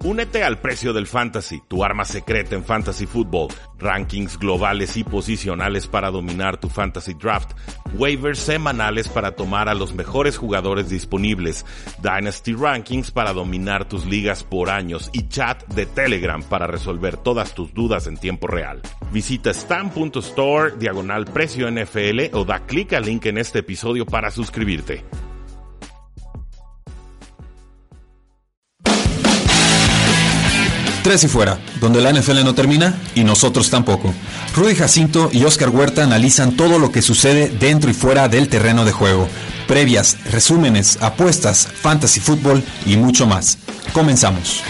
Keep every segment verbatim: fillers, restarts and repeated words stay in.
Únete al precio del fantasy, tu arma secreta en fantasy football, rankings globales y posicionales para dominar tu fantasy draft, waivers semanales para tomar a los mejores jugadores disponibles, dynasty rankings para dominar tus ligas por años y chat de Telegram para resolver todas tus dudas en tiempo real. Visita stam punto store diagonal precio N F L o da clic al link en este episodio para suscribirte. Tres y fuera, donde la N F L no termina y nosotros tampoco. Rudy Jacinto y Oscar Huerta analizan todo lo que sucede dentro y fuera del terreno de juego. Previas, resúmenes, apuestas, fantasy fútbol y mucho más. Comenzamos.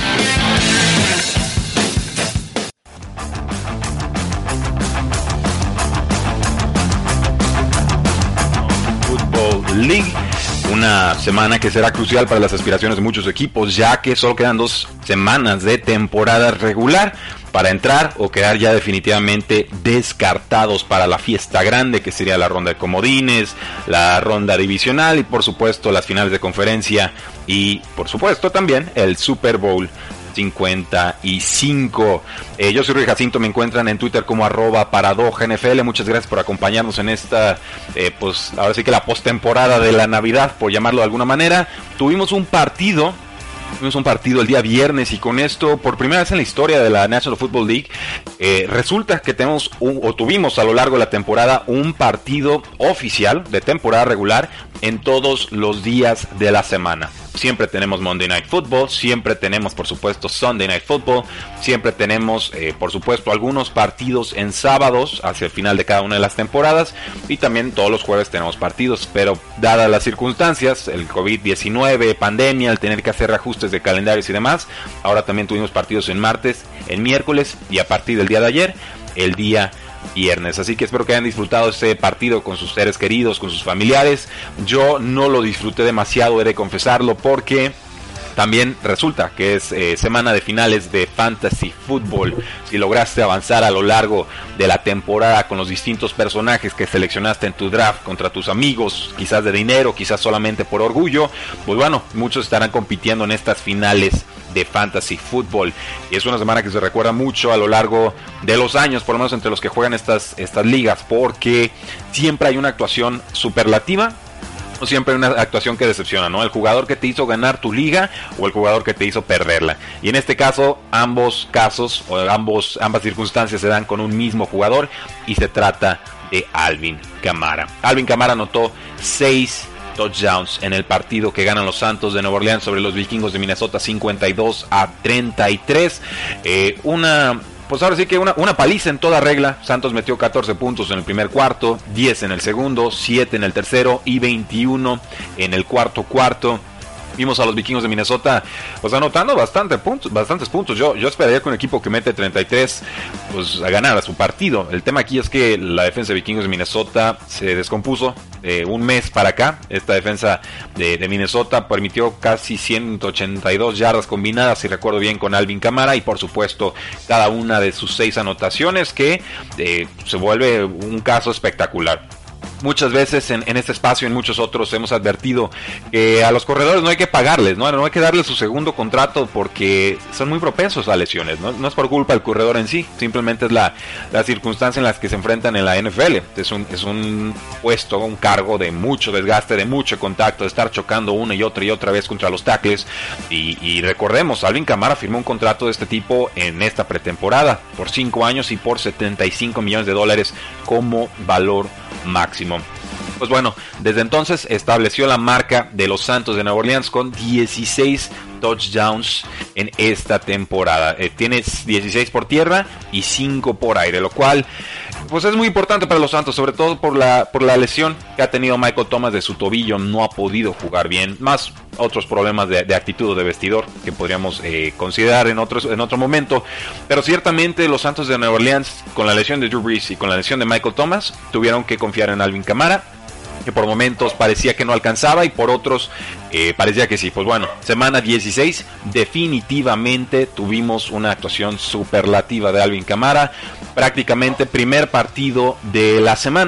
Football League. Una semana que será crucial para las aspiraciones de muchos equipos, ya que solo quedan dos semanas de temporada regular para entrar o quedar ya definitivamente descartados para la fiesta grande, que sería la ronda de comodines, la ronda divisional y por supuesto las finales de conferencia y por supuesto también el Super Bowl cincuenta y cinco. Eh, yo soy Rudy Jacinto, me encuentran en Twitter como arroba paradoja N F L. Muchas gracias por acompañarnos en esta, eh, pues ahora sí que la postemporada de la Navidad, por llamarlo de alguna manera. Tuvimos un partido, tuvimos un partido el día viernes y con esto, por primera vez en la historia de la National Football League, eh, resulta que tenemos un, o tuvimos a lo largo de la temporada un partido oficial de temporada regular en todos los días de la semana. Siempre tenemos Monday Night Football, siempre tenemos por supuesto Sunday Night Football, siempre tenemos eh, por supuesto algunos partidos en sábados hacia el final de cada una de las temporadas y también todos los jueves tenemos partidos, pero dadas las circunstancias, el COVID diecinueve, pandemia, el tener que hacer ajustes de calendarios y demás, ahora también tuvimos partidos en martes, en miércoles y a partir del día de ayer, el día viernes, así que espero que hayan disfrutado este partido con sus seres queridos, con sus familiares. Yo no lo disfruté demasiado, he de confesarlo, porque también resulta que es eh, semana de finales de Fantasy Football. Si lograste avanzar a lo largo de la temporada con los distintos personajes que seleccionaste en tu draft contra tus amigos, quizás de dinero, quizás solamente por orgullo, pues bueno, muchos estarán compitiendo en estas finales de Fantasy Football. Y es una semana que se recuerda mucho a lo largo de los años, por lo menos entre los que juegan estas, estas ligas, porque siempre hay una actuación superlativa o siempre hay una actuación que decepciona, ¿no? El jugador que te hizo ganar tu liga o el jugador que te hizo perderla. Y en este caso, ambos casos o ambos, ambas circunstancias se dan con un mismo jugador y se trata de Alvin Kamara. Alvin Kamara anotó seis touchdowns en el partido que ganan los Santos de Nueva Orleans sobre los Vikingos de Minnesota cincuenta y dos a treinta y tres. Eh, una... Pues ahora sí que una, una paliza en toda regla. Santos metió catorce puntos en el primer cuarto, diez en el segundo, siete en el tercero y veintiuno en el cuarto cuarto. Vimos a los Vikingos de Minnesota pues anotando bastante puntos, bastantes puntos. Yo, yo esperaría que un equipo que mete treinta y tres pues a ganar a su partido. El tema aquí es que la defensa de Vikingos de Minnesota se descompuso eh, un mes para acá. Esta defensa de, de Minnesota permitió casi ciento ochenta y dos yardas combinadas, si recuerdo bien, con Alvin Kamara y por supuesto cada una de sus seis anotaciones, que eh, se vuelve un caso espectacular. Muchas veces en, en este espacio y en muchos otros hemos advertido que a los corredores no hay que pagarles, ¿no? No hay que darles su segundo contrato porque son muy propensos a lesiones, ¿no? No es por culpa del corredor en sí, simplemente es la, la circunstancia en la que se enfrentan en la N F L. Es un, es un puesto, un cargo de mucho desgaste, de mucho contacto, de estar chocando una y otra y otra vez contra los tackles. Y, y recordemos, Alvin Kamara firmó un contrato de este tipo en esta pretemporada por cinco años y por setenta y cinco millones de dólares como valor máximo. Pues bueno, desde entonces estableció la marca de los Santos de Nueva Orleans con dieciséis touchdowns en esta temporada. Eh, tiene dieciséis por tierra y cinco por aire, lo cual pues es muy importante para los Santos, sobre todo por la, por la lesión que ha tenido Michael Thomas de su tobillo. No ha podido jugar bien, más otros problemas de, de actitud o de vestidor que podríamos eh, considerar en, otros, en otro momento. Pero ciertamente los Santos de Nueva Orleans, con la lesión de Drew Brees y con la lesión de Michael Thomas, tuvieron que confiar en Alvin Kamara, que por momentos parecía que no alcanzaba y por otros eh, parecía que sí. Pues bueno, semana dieciséis, definitivamente tuvimos una actuación superlativa de Alvin Kamara. Prácticamente primer partido de la semana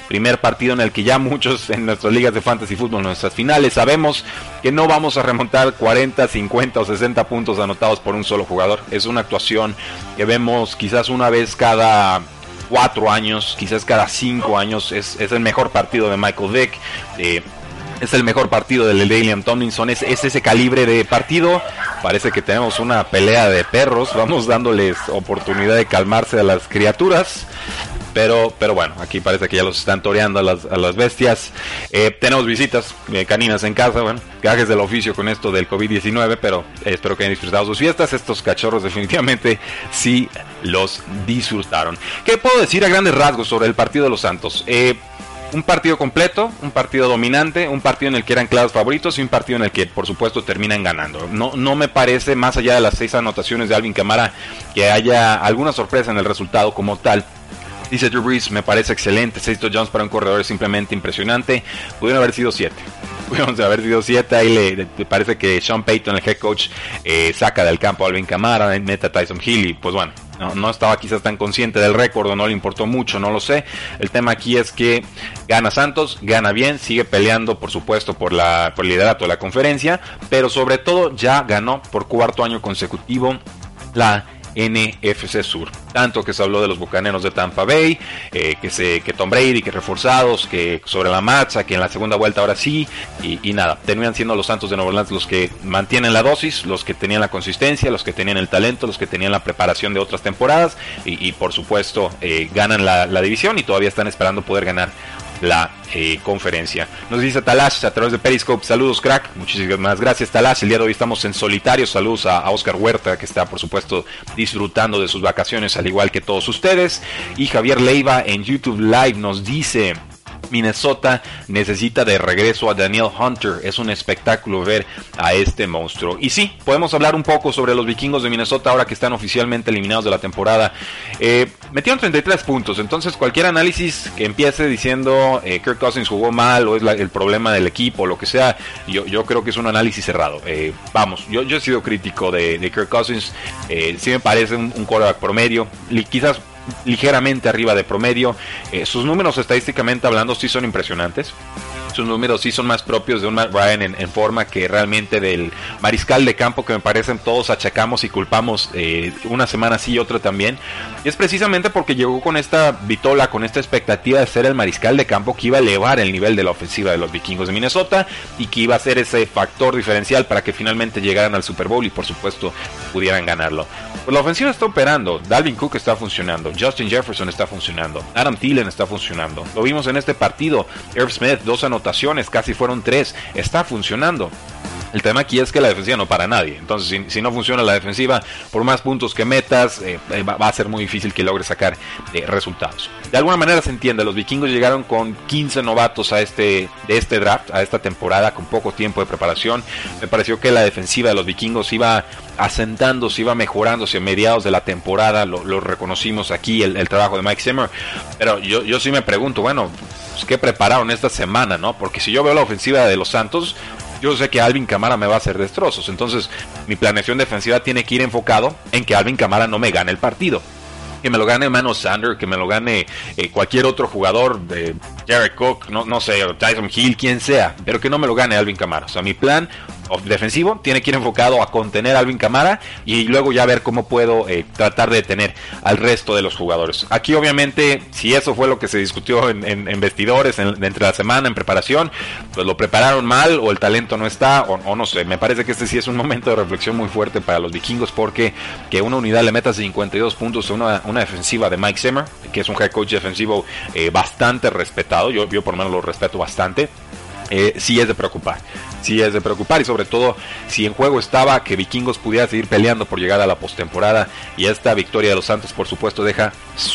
primer partido en el que ya muchos en nuestras ligas de fantasy fútbol, en nuestras finales, sabemos que no vamos a remontar cuarenta, cincuenta o sesenta puntos anotados por un solo jugador. Es una actuación que vemos quizás una vez cada cuatro años, quizás cada cinco años. Es, es el mejor partido de Michael Vick, eh, es el mejor partido del Dalian Tomlinson, es, es ese calibre de partido. Parece que tenemos una pelea de perros, vamos dándoles oportunidad de calmarse a las criaturas. Pero, pero bueno, aquí parece que ya los están toreando a las, a las bestias. Eh, tenemos visitas eh, caninas en casa. Bueno, gajes del oficio con esto del covid diecinueve, pero eh, espero que hayan disfrutado sus fiestas. Estos cachorros definitivamente sí los disfrutaron. ¿Qué puedo decir a grandes rasgos sobre el partido de los Santos? Eh, un partido completo, un partido dominante, un partido en el que eran claros favoritos y un partido en el que por supuesto terminan ganando. No, no me parece, más allá de las seis anotaciones de Alvin Kamara, que haya alguna sorpresa en el resultado como tal. Dice Drew Brees, me parece excelente. seis touchdowns para un corredor es simplemente impresionante. Pudieron haber sido siete. Pudieron haber sido siete. Ahí le, le parece que Sean Payton, el head coach, eh, saca del campo a Alvin Kamara, mete a Tyson Hill y pues bueno, no, no estaba quizás tan consciente del récord o no le importó mucho, no lo sé. El tema aquí es que gana Santos, gana bien, sigue peleando por supuesto por, la, por el liderato de la conferencia, pero sobre todo ya ganó por cuarto año consecutivo la N F C Sur. Tanto que se habló de los Bucaneros de Tampa Bay, eh, que, se, que Tom Brady, que reforzados, que sobre la marcha, que en la segunda vuelta ahora sí, y, y nada, terminan siendo los Santos de Nueva Orleans los que mantienen la dosis, los que tenían la consistencia, los que tenían el talento, los que tenían la preparación de otras temporadas, y, y por supuesto eh, ganan la, la división y todavía están esperando poder ganar la eh, conferencia. Nos dice Talash a través de Periscope, saludos crack, muchísimas gracias Talash. El día de hoy estamos en solitario, saludos a, a Oscar Huerta, que está por supuesto disfrutando de sus vacaciones al igual que todos ustedes. Y Javier Leiva en YouTube Live nos dice: Minnesota necesita de regreso a Daniel Hunter. Es un espectáculo ver a este monstruo. Y sí, podemos hablar un poco sobre los vikingos de Minnesota ahora que están oficialmente eliminados de la temporada. Eh, metieron treinta y tres puntos. Entonces cualquier análisis que empiece diciendo eh, Kirk Cousins jugó mal o es la, el problema del equipo o lo que sea, yo, yo creo que es un análisis cerrado. Eh, vamos, yo, yo he sido crítico de, de Kirk Cousins. Eh, sí me parece un, un quarterback promedio. Li, quizás ligeramente arriba de promedio. Eh, sus números estadísticamente hablando sí son impresionantes. Sus números sí son más propios de un Matt Ryan en, en forma que realmente del mariscal de campo que me parecen todos achacamos y culpamos eh, una semana sí y otra también. Y es precisamente porque llegó con esta vitola, con esta expectativa de ser el mariscal de campo que iba a elevar el nivel de la ofensiva de los vikingos de Minnesota y que iba a ser ese factor diferencial para que finalmente llegaran al Super Bowl y por supuesto pudieran ganarlo. Pues la ofensiva está operando, Dalvin Cook está funcionando, Justin Jefferson está funcionando, Adam Thielen está funcionando. Lo vimos en este partido, Irv Smith, dos anotaciones, casi fueron tres, está funcionando. El tema aquí es que la defensiva no para nadie. Entonces, si, si no funciona la defensiva, por más puntos que metas, eh, va, va a ser muy difícil que logres sacar eh, resultados. De alguna manera se entiende, los vikingos llegaron con quince novatos a este, de este draft, a esta temporada, con poco tiempo de preparación. Me pareció que la defensiva de los vikingos iba asentándose, iba mejorándose a mediados de la temporada. Lo, lo reconocimos aquí, el, el trabajo de Mike Zimmer. Pero yo, yo sí me pregunto, bueno, pues, ¿qué prepararon esta semana, no? Porque si yo veo la ofensiva de los Santos, yo sé que Alvin Kamara me va a hacer destrozos. Entonces mi planeación defensiva tiene que ir enfocado en que Alvin Kamara no me gane el partido. Que me lo gane Emmanuel Sanders, que me lo gane eh, cualquier otro jugador, eh, Jared Cook, no, no sé, Tyson Hill, quien sea, pero que no me lo gane Alvin Kamara. O sea, mi plan defensivo tiene que ir enfocado a contener a Alvin Kamara y luego ya ver cómo puedo eh, tratar de detener al resto de los jugadores. Aquí obviamente, si eso fue lo que se discutió en, en, en vestidores, en, entre la semana, en preparación, pues lo prepararon mal o el talento no está, o, o no sé. Me parece que este sí es un momento de reflexión muy fuerte para los vikingos, porque que una unidad le meta cincuenta y dos puntos a una, una defensiva de Mike Zimmer, que es un head coach defensivo eh, bastante respetado, yo, yo por lo menos lo respeto bastante. Eh, sí es de preocupar, sí es de preocupar y sobre todo si en juego estaba que Vikingos pudiera seguir peleando por llegar a la postemporada, y esta victoria de los Santos por supuesto deja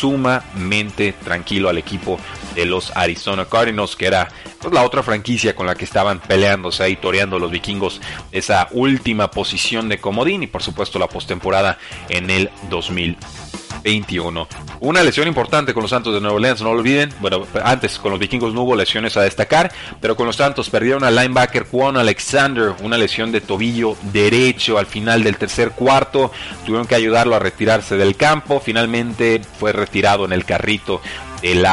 sumamente tranquilo al equipo de los Arizona Cardinals, que era pues la otra franquicia con la que estaban peleándose ahí, toreando los Vikingos esa última posición de comodín y por supuesto la postemporada en el dos mil veintiuno. Una lesión importante con los Santos de Nueva Orleans, no lo olviden. Bueno, antes con los Vikingos no hubo lesiones a destacar, pero con los Santos perdieron al linebacker Kwon Alexander, una lesión de tobillo derecho al final del tercer cuarto. Tuvieron que ayudarlo a retirarse del campo. Finalmente fue retirado en el carrito de las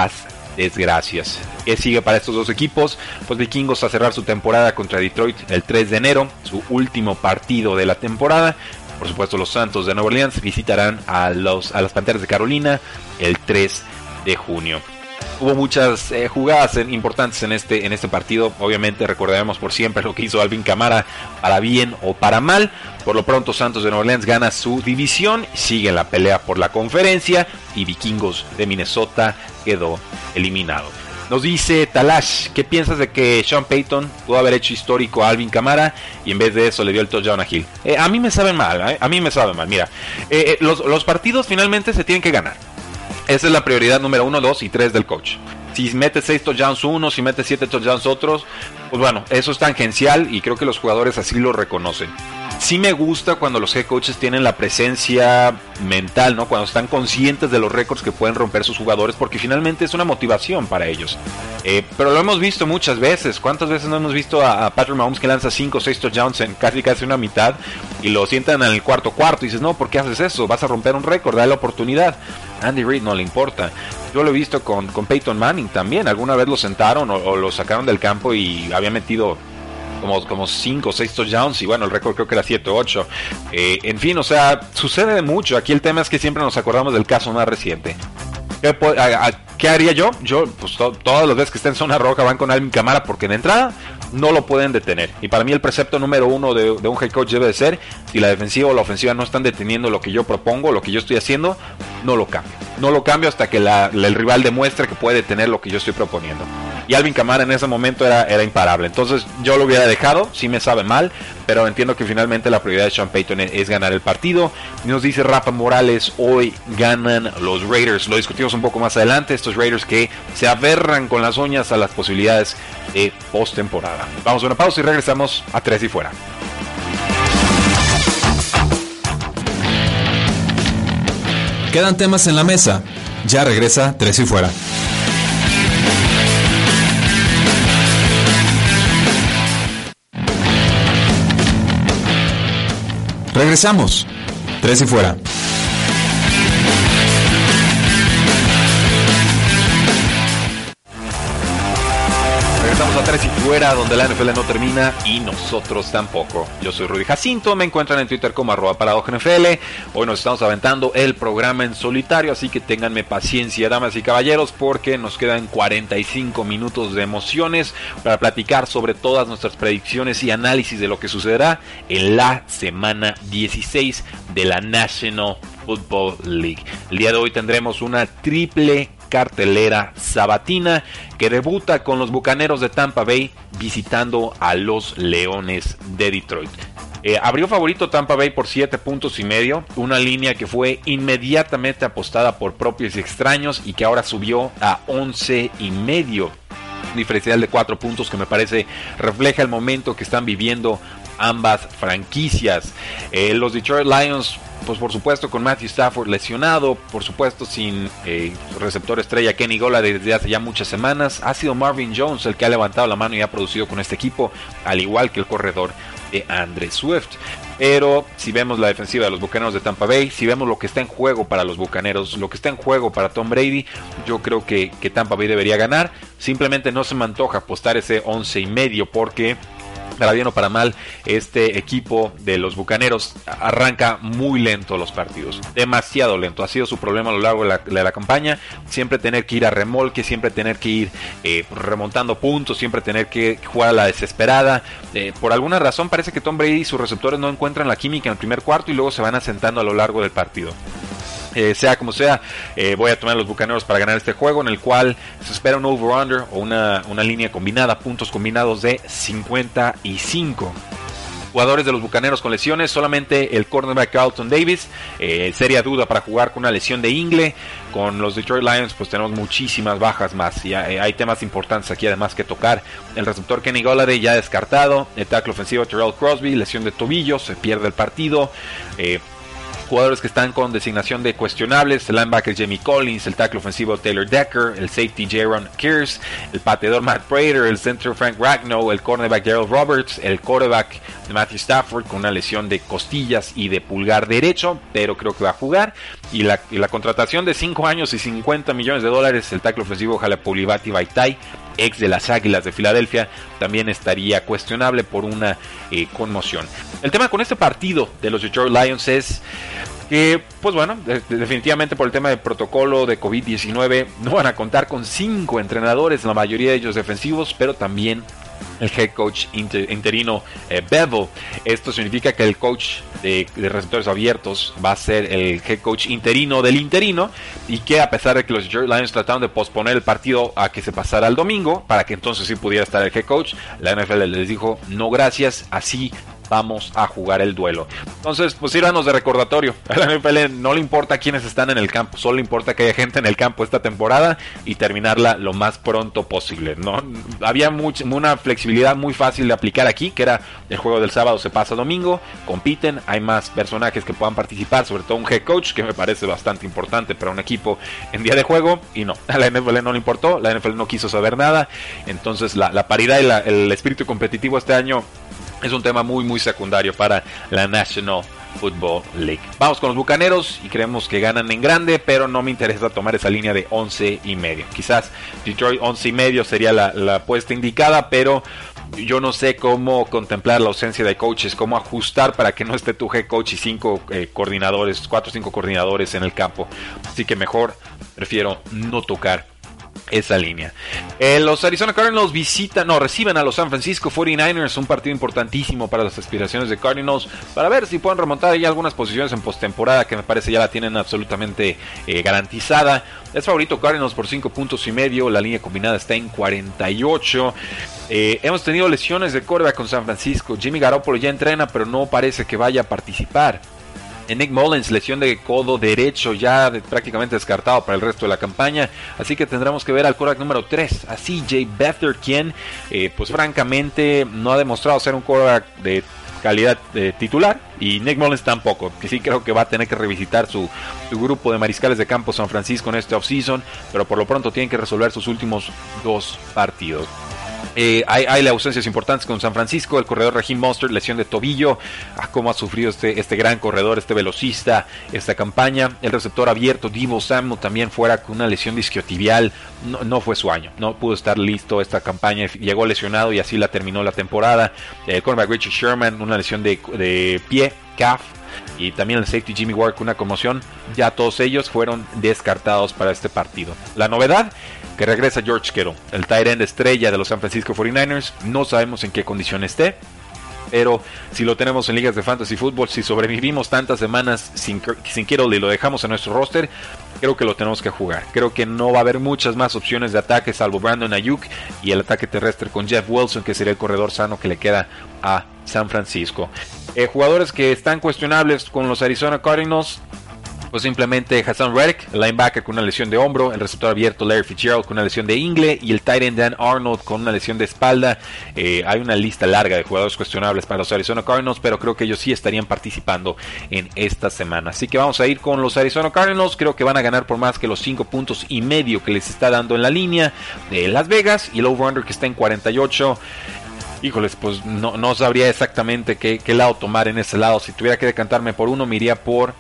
desgracias. ¿Qué sigue para estos dos equipos? Pues Vikingos a cerrar su temporada contra Detroit el tres de enero, su último partido de la temporada. Por supuesto, los Santos de Nueva Orleans visitarán a, los, a las Panteras de Carolina el tres de junio. Hubo muchas eh, jugadas en, importantes en este, en este partido. Obviamente recordaremos por siempre lo que hizo Alvin Kamara, para bien o para mal. Por lo pronto Santos de Nueva Orleans gana su división, sigue en la pelea por la conferencia y Vikingos de Minnesota quedó eliminado. Nos dice Talash, ¿qué piensas de que Sean Payton pudo haber hecho histórico a Alvin Kamara y en vez de eso le dio el touchdown a Hill? Eh, a mí me sabe mal, eh, a mí me sabe mal. Mira, eh, eh, los, los partidos finalmente se tienen que ganar. Esa es la prioridad número uno, dos y tres del coach. Si metes seis touchdowns uno, si metes siete touchdowns otros, pues bueno, eso es tangencial y creo que los jugadores así lo reconocen. Sí me gusta cuando los head coaches tienen la presencia mental, ¿no? Cuando están conscientes de los récords que pueden romper sus jugadores, porque finalmente es una motivación para ellos. Eh, pero lo hemos visto muchas veces. ¿Cuántas veces no hemos visto a, a Patrick Mahomes que lanza cinco o seis touchdowns en casi casi una mitad y lo sientan en el cuarto cuarto y dices, no, ¿por qué haces eso? Vas a romper un récord, dale la oportunidad. Andy Reid no le importa. Yo lo he visto con, con Peyton Manning también. Alguna vez lo sentaron o, o lo sacaron del campo y había metido como, como cinco o seis touchdowns y bueno, el récord creo que era siete o ocho. Eh, en fin, o sea, sucede mucho. Aquí el tema es que siempre nos acordamos del caso más reciente. ¿Qué, a, a, ¿qué haría yo? Yo, pues to, todas las veces que estén en zona roja van con Alvin Kamara porque de entrada no lo pueden detener. Y para mí el precepto número uno de, de un head coach debe de ser, si la defensiva o la ofensiva no están deteniendo lo que yo propongo, lo que yo estoy haciendo, no lo cambio. No lo cambio hasta que la, la, el rival demuestre que puede detener lo que yo estoy proponiendo. Y Alvin Kamara en ese momento era, era imparable. Entonces yo lo hubiera dejado, sí me sabe mal, pero entiendo que finalmente la prioridad de Sean Payton es, es ganar el partido. Nos dice Rafa Morales, hoy ganan los Raiders. Lo discutimos un poco más adelante, estos Raiders que se aferran con las uñas a las posibilidades de postemporada. Vamos a una pausa y regresamos a Tres y Fuera. Quedan temas en la mesa. Ya regresa Tres y Fuera. Regresamos. Tres y Fuera. Regresamos a Tres y Fuera, donde la N F L no termina y nosotros tampoco. Yo soy Rudy Jacinto, me encuentran en Twitter como arroba paradoja N F L. Hoy nos estamos aventando el programa en solitario, así que ténganme paciencia, damas y caballeros, porque nos quedan cuarenta y cinco minutos de emociones para platicar sobre todas nuestras predicciones y análisis de lo que sucederá en la semana dieciséis de la National Football League. El día de hoy tendremos una triple cartelera sabatina que debuta con los Bucaneros de Tampa Bay visitando a los Leones de Detroit. Eh, abrió favorito Tampa Bay por siete puntos y medio, una línea que fue inmediatamente apostada por propios y extraños y que ahora subió a once y medio, un diferencial de cuatro puntos que me parece refleja el momento que están viviendo ambas franquicias. Eh, los Detroit Lions, pues por supuesto con Matthew Stafford lesionado, por supuesto sin eh, receptor estrella Kenny Golladay desde hace ya muchas semanas, ha sido Marvin Jones el que ha levantado la mano y ha producido con este equipo, al igual que el corredor de Andre Swift. Pero si vemos la defensiva de los Bucaneros de Tampa Bay, si vemos lo que está en juego para los Bucaneros, lo que está en juego para Tom Brady, yo creo que, que Tampa Bay debería ganar. Simplemente no se me antoja apostar ese once y medio porque, para bien o para mal, este equipo de los Bucaneros arranca muy lento los partidos, demasiado lento. Ha sido su problema a lo largo de la, de la campaña, siempre tener que ir a remolque, siempre tener que ir eh, remontando puntos, siempre tener que jugar a la desesperada. Eh, por alguna razón parece que Tom Brady y sus receptores no encuentran la química en el primer cuarto y luego se van asentando a lo largo del partido. Eh, sea como sea, eh, voy a tomar a los Bucaneros para ganar este juego, en el cual se espera un over-under o una, una línea combinada, puntos combinados de cincuenta y cinco. Jugadores de los Bucaneros con lesiones, solamente el cornerback Carlton Davis, eh, seria duda para jugar con una lesión de ingle. Con los Detroit Lions pues tenemos muchísimas bajas más y hay, hay temas importantes aquí además que tocar. El receptor Kenny Golladay ya descartado, el tackle ofensivo Terrell Crosby, lesión de tobillo, se pierde el partido. eh, jugadores que están con designación de cuestionables: el linebacker Jamie Collins, el tackle ofensivo Taylor Decker, el safety Jaron Kearse, el pateador Matt Prater, el center Frank Ragnow, el cornerback Gerald Roberts, el quarterback Matthew Stafford con una lesión de costillas y de pulgar derecho, pero creo que va a jugar. Y la, y la contratación de cinco años y cincuenta millones de dólares, el tackle ofensivo Halapoulivaati Vaitai, ex de las Águilas de Filadelfia, también estaría cuestionable por una eh, conmoción. El tema con este partido de los Detroit Lions es que, pues bueno, de, de, definitivamente por el tema de protocolo de COVID diecinueve no van a contar con cinco entrenadores, la mayoría de ellos defensivos, pero también el head coach inter, interino eh, Bevel. Esto significa que el coach de, de receptores abiertos va a ser el head coach interino del interino, y que a pesar de que los Detroit Lions trataron de posponer el partido a que se pasara al domingo para que entonces sí pudiera estar el head coach, la N F L les dijo no gracias, así vamos a jugar el duelo. Entonces, pues sírvanos de recordatorio. A la N F L no le importa quiénes están en el campo, solo le importa que haya gente en el campo esta temporada y terminarla lo más pronto posible, ¿no? Había mucha, una flexibilidad muy fácil de aplicar aquí, que era el juego del sábado se pasa a domingo, compiten, hay más personajes que puedan participar, sobre todo un head coach, que me parece bastante importante para un equipo en día de juego, y no, a la N F L no le importó, la N F L no quiso saber nada. Entonces la, la paridad y la, el espíritu competitivo este año es un tema muy muy secundario para la National Football League. Vamos con los Bucaneros y creemos que ganan en grande, pero no me interesa tomar esa línea de once y medio. Quizás Detroit once y medio sería la, la apuesta indicada, pero yo no sé cómo contemplar la ausencia de coaches, cómo ajustar para que no esté tu head coach y cinco eh, coordinadores, cuatro o cinco coordinadores en el campo. Así que mejor prefiero no tocar esa línea. Eh, los Arizona Cardinals visitan, no, reciben a los San Francisco cuarenta y nueve ers, un partido importantísimo para las aspiraciones de Cardinals, para ver si pueden remontar ahí algunas posiciones en postemporada, que me parece ya la tienen absolutamente eh, garantizada. Es favorito Cardinals por cinco puntos y medio, la línea combinada está en cuarenta y ocho. Eh, hemos tenido lesiones de quarterback con San Francisco. Jimmy Garoppolo ya entrena, pero no parece que vaya a participar. Nick Mullens, lesión de codo derecho, ya de, prácticamente descartado para el resto de la campaña, así que tendremos que ver al quarterback número tres, a C J Beathard, quien eh, pues francamente no ha demostrado ser un quarterback de calidad eh, titular, y Nick Mullens tampoco, que sí creo que va a tener que revisitar su, su grupo de mariscales de campo San Francisco en este offseason, pero por lo pronto tienen que resolver sus últimos dos partidos. Eh, hay, hay ausencias importantes con San Francisco. El corredor Raheem Mostert, lesión de tobillo. Ah, cómo ha sufrido este, este gran corredor, este velocista, esta campaña. El receptor abierto Deebo Samuel también fuera con una lesión disquiotibial. No, no fue su año, no pudo estar listo esta campaña, llegó lesionado y así la terminó la temporada. El cornerback Richard Sherman, una lesión de, de pie, calf. Y también el safety Jimmy Ward con una conmoción. Ya todos ellos fueron descartados para este partido. La novedad, que regresa George Kittle, el tight end estrella de los San Francisco cuarenta y nueve ers. No sabemos en qué condición esté, pero si lo tenemos en ligas de fantasy fútbol, si sobrevivimos tantas semanas sin, sin Kittle y lo dejamos en nuestro roster, creo que lo tenemos que jugar. Creo que no va a haber muchas más opciones de ataque salvo Brandon Ayuk y el ataque terrestre con Jeff Wilson, que sería el corredor sano que le queda a San Francisco. Eh, jugadores que están cuestionables con los Arizona Cardinals, pues simplemente Hassan Reddick, el linebacker con una lesión de hombro, el receptor abierto Larry Fitzgerald con una lesión de ingle y el tight end Dan Arnold con una lesión de espalda. Eh, hay una lista larga de jugadores cuestionables para los Arizona Cardinals, pero creo que ellos sí estarían participando en esta semana. Así que vamos a ir con los Arizona Cardinals. Creo que van a ganar por más que los cinco puntos y medio que les está dando en la línea de Las Vegas, y el over-under que está en cuarenta y ocho. Híjoles, pues no, no sabría exactamente qué, qué lado tomar en ese lado. Si tuviera que decantarme por uno, me iría por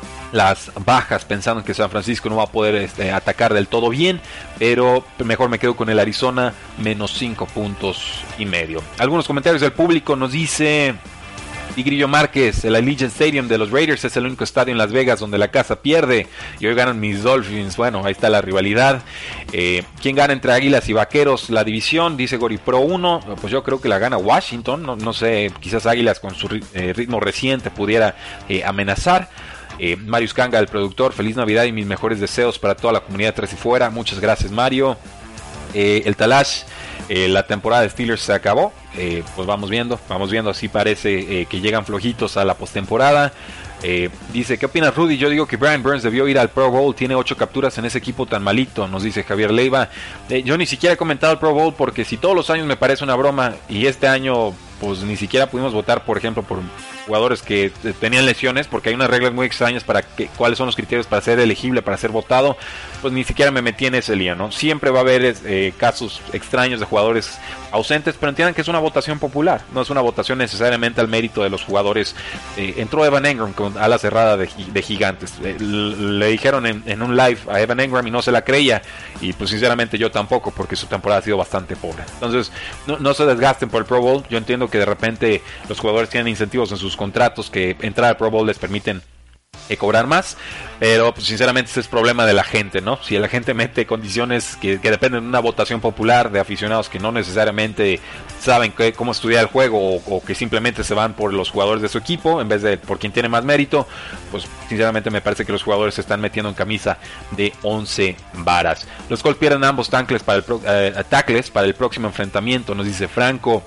las bajas, pensando que San Francisco no va a poder este, atacar del todo bien, pero mejor me quedo con el Arizona menos cinco puntos y medio. Algunos comentarios del público. Nos dice Tigrillo Márquez: el Allegiant Stadium de los Raiders es el único estadio en Las Vegas donde la casa pierde y hoy ganan mis Dolphins. Bueno, ahí está la rivalidad. Eh, ¿Quién gana entre Águilas y Vaqueros la división? Dice Goripro uno. Pues yo creo que la gana Washington. No, no sé, quizás Águilas con su eh, ritmo reciente pudiera eh, amenazar. Eh, Marius Kanga, el productor: feliz Navidad y mis mejores deseos para toda la comunidad tres y fuera. Muchas gracias, Mario. Eh, el Talash: eh, la temporada de Steelers se acabó. Eh, pues vamos viendo, vamos viendo. Así parece eh, que llegan flojitos a la postemporada. Eh, dice: ¿qué opinas, Rudy? Yo digo que Brian Burns debió ir al Pro Bowl. Tiene ocho capturas en ese equipo tan malito, nos dice Javier Leiva. Eh, yo ni siquiera he comentado el Pro Bowl porque si todos los años me parece una broma y este año pues ni siquiera pudimos votar, por ejemplo, por jugadores que tenían lesiones, porque hay unas reglas muy extrañas para que, cuáles son los criterios para ser elegible, para ser votado. Pues ni siquiera me metí en ese lío, ¿no? Siempre va a haber eh, casos extraños de jugadores ausentes, pero entiendan que es una votación popular, no es una votación necesariamente al mérito de los jugadores. Eh, entró Evan Engram con ala cerrada de, de Gigantes, eh, le dijeron en, en un live a Evan Engram y no se la creía, y pues sinceramente yo tampoco, porque su temporada ha sido bastante pobre. Entonces no, no se desgasten por el Pro Bowl. Yo entiendo que de repente los jugadores tienen incentivos en sus contratos que entrar al Pro Bowl les permiten eh, cobrar más, pero pues, sinceramente ese es problema de la gente, ¿no? Si la gente mete condiciones que, que dependen de una votación popular de aficionados que no necesariamente saben que, cómo estudiar el juego, o, o que simplemente se van por los jugadores de su equipo en vez de por quien tiene más mérito, pues sinceramente me parece que los jugadores se están metiendo en camisa de once varas. Los Colts pierden ambos tackles para el, pro, eh, tackles para el próximo enfrentamiento, nos dice Franco.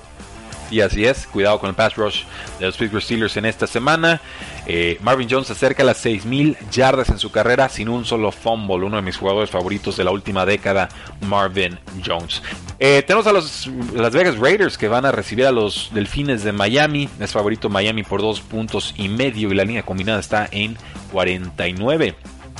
Y así es, cuidado con el pass rush de los Pittsburgh Steelers en esta semana. eh, Marvin Jones acerca a las seis mil yardas en su carrera sin un solo fumble. Uno de mis jugadores favoritos de la última década, Marvin Jones. eh, Tenemos a los Las Vegas Raiders que van a recibir a los Delfines de Miami. Es favorito Miami por dos puntos y medio y la línea combinada está en cuarenta y nueve.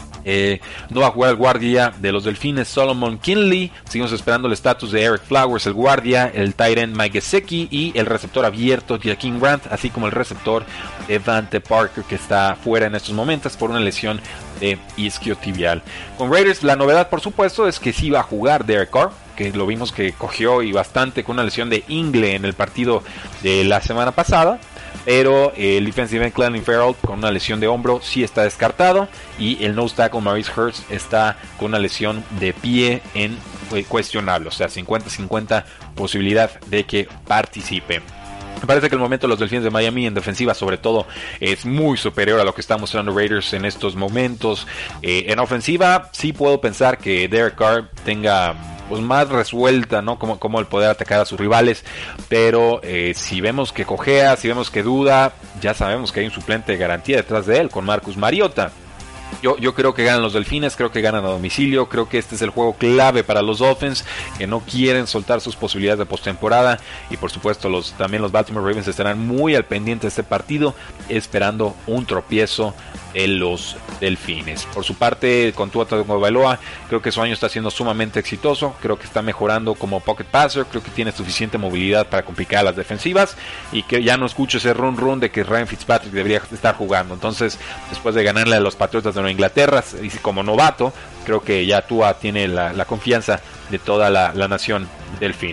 Eh, no va a jugar el guardia de los Delfines, Solomon Kinley. Seguimos esperando el estatus de Eric Flowers, el guardia, el tight end Mike Gesicki y el receptor abierto Jaquin Grant, así como el receptor Devante Parker, que está fuera en estos momentos por una lesión de isquiotibial. Con Raiders la novedad, por supuesto, es que sí va a jugar Derek Carr, que lo vimos que cogió y bastante con una lesión de ingle en el partido de la semana pasada. Pero eh, el defensive end Clelin Ferrell con una lesión de hombro sí está descartado. Y el nose tackle Maurice Hurst está con una lesión de pie en eh, cuestionable. O sea, cincuenta cincuenta posibilidad de que participe. Me parece que el momento de los Delfines de Miami en defensiva sobre todo es muy superior a lo que está mostrando Raiders en estos momentos. Eh, en ofensiva sí puedo pensar que Derek Carr tenga pues más resuelta, ¿no? Como, como el poder atacar a sus rivales. Pero eh, si vemos que cojea, si vemos que duda, ya sabemos que hay un suplente de garantía detrás de él con Marcus Mariota. Yo, yo creo que ganan los Delfines, creo que ganan a domicilio, creo que este es el juego clave para los Dolphins, que no quieren soltar sus posibilidades de postemporada. Y por supuesto los, también los Baltimore Ravens estarán muy al pendiente de este partido, esperando un tropiezo de los Delfines. Por su parte, con Tua Tagovailoa, creo que su año está siendo sumamente exitoso, creo que está mejorando como pocket passer, creo que tiene suficiente movilidad para complicar a las defensivas, y que ya no escucho ese run run de que Ryan Fitzpatrick debería estar jugando. Entonces, después de ganarle a los Patriotas de Nueva Inglaterra y como novato, creo que ya Tua tiene la, la confianza de toda la, la nación delfín.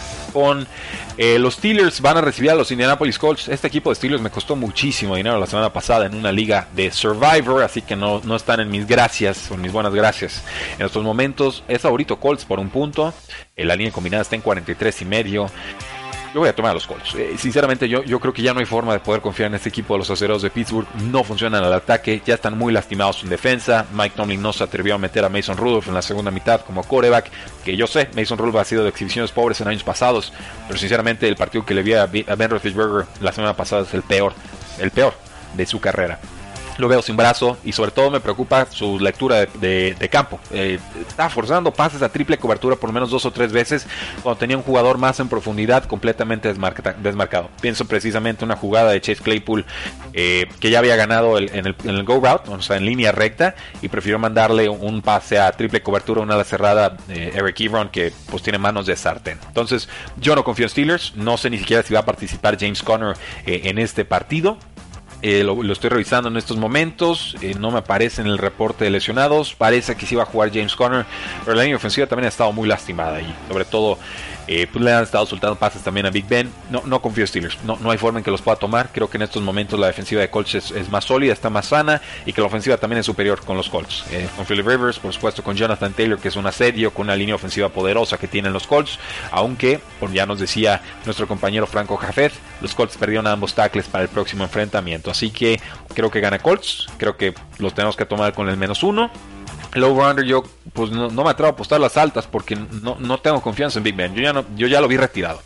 Con eh, los Steelers van a recibir a los Indianapolis Colts. Este equipo de Steelers me costó muchísimo dinero la semana pasada en una liga de Survivor, así que no, no están en mis gracias, o en mis buenas gracias en estos momentos. Es favorito Colts por un punto, eh, la línea combinada está en cuarenta y tres y medio. Yo voy a tomar a los Colts. Eh, sinceramente, yo, yo creo que ya no hay forma de poder confiar en este equipo de los acereros de Pittsburgh. No funcionan al ataque, ya están muy lastimados en defensa. Mike Tomlin no se atrevió a meter a Mason Rudolph en la segunda mitad como quarterback. Que yo sé, Mason Rudolph ha sido de exhibiciones pobres en años pasados, pero sinceramente el partido que le vi a Ben Roethlisberger la semana pasada es el peor, el peor de su carrera. Lo veo sin brazo y sobre todo me preocupa su lectura de, de, de campo. Eh, está forzando pases a triple cobertura por lo menos dos o tres veces cuando tenía un jugador más en profundidad completamente desmarca, desmarcado. Pienso precisamente en una jugada de Chase Claypool eh, que ya había ganado el, en, el, en el go route, o sea en línea recta, y prefirió mandarle un pase a triple cobertura a una ala cerrada, eh, Eric Ebron, que pues tiene manos de sartén. Entonces yo no confío en Steelers, no sé ni siquiera si va a participar James Conner eh, en este partido. Eh, lo, lo estoy revisando en estos momentos, eh, no me aparece en el reporte de lesionados, parece que sí va a jugar James Conner, pero la línea ofensiva también ha estado muy lastimada y sobre todo eh, pues le han estado soltando pases también a Big Ben. No, no confío en Steelers, no, no hay forma en que los pueda tomar. Creo que en estos momentos la defensiva de Colts es, es más sólida, está más sana, y que la ofensiva también es superior con los Colts, eh, con Philip Rivers, por supuesto con Jonathan Taylor, que es un asedio, con una línea ofensiva poderosa que tienen los Colts, aunque pues ya nos decía nuestro compañero Franco Jafet, los Colts perdieron a ambos tackles para el próximo enfrentamiento. Así que creo que gana Colts, creo que los tenemos que tomar con el menos uno. El over-under yo pues no, no me atrevo a apostar las altas porque no, no tengo confianza en Big Ben, yo ya, no, yo ya lo vi retirado.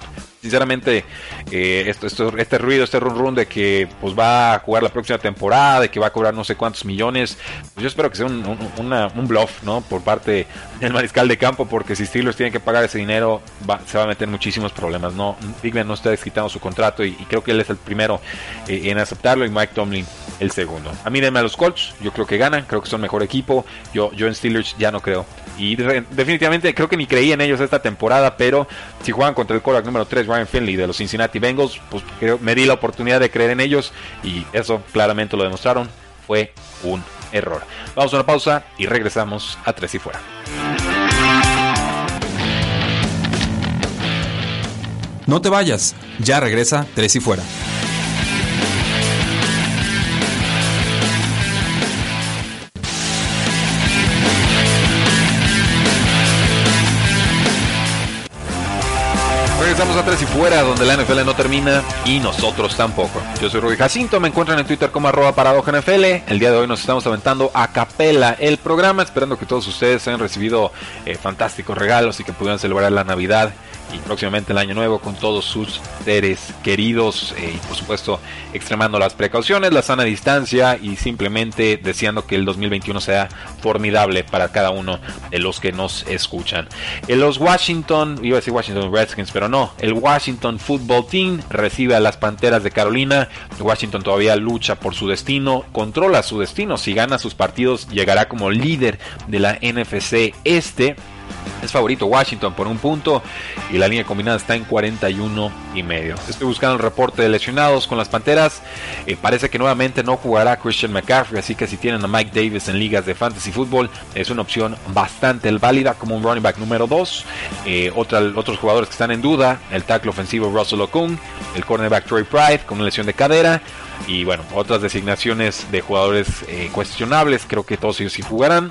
Sinceramente, eh, esto, esto, este ruido, este run run de que pues va a jugar la próxima temporada, de que va a cobrar no sé cuántos millones, pues yo espero que sea un, un, una, un bluff, ¿no? Por parte del mariscal de campo, porque si Steelers tienen que pagar ese dinero, va, se va a meter en muchísimos problemas, ¿no? Big Ben no está desquitando su contrato y, y creo que él es el primero eh, en aceptarlo y Mike Tomlin el segundo. A mí denme a los Colts, yo creo que ganan, creo que son mejor equipo, yo, yo en Steelers ya no creo. Y de, definitivamente creo que ni creí en ellos esta temporada, pero si juegan contra el quarterback número tres, Ryan Finley de los Cincinnati Bengals, pues creo, me di la oportunidad de creer en ellos y eso claramente lo demostraron, fue un error. Vamos a una pausa y regresamos a Tres y Fuera. No te vayas, ya regresa Tres y Fuera. Regresamos a Tres y Fuera, donde la N F L no termina y nosotros tampoco. Yo soy Rudy Jacinto, me encuentran en Twitter como arroba paradoja N F L. El día de hoy nos estamos aventando a capela el programa, esperando que todos ustedes hayan recibido eh, fantásticos regalos y que pudieran celebrar la Navidad y próximamente el Año Nuevo con todos sus seres queridos eh, y por supuesto extremando las precauciones, la sana distancia y simplemente deseando que el dos mil veintiuno sea formidable para cada uno de los que nos escuchan. En los Washington, iba a decir Washington Redskins, pero no, el Washington Football Team recibe a las Panteras de Carolina. Washington todavía lucha por su destino, controla su destino, si gana sus partidos llegará como líder de la N F C Este. Es favorito Washington por un punto y la línea combinada está en cuarenta y uno y medio. Estoy buscando el reporte de lesionados con las Panteras. Eh, parece que nuevamente no jugará Christian McCaffrey, así que si tienen a Mike Davis en ligas de fantasy fútbol es una opción bastante válida como un running back número dos. Eh, otra, otros jugadores que están en duda: el tackle ofensivo Russell Okung, el cornerback Troy Pride con una lesión de cadera. Y bueno, otras designaciones de jugadores eh, cuestionables. Creo que todos ellos sí jugarán.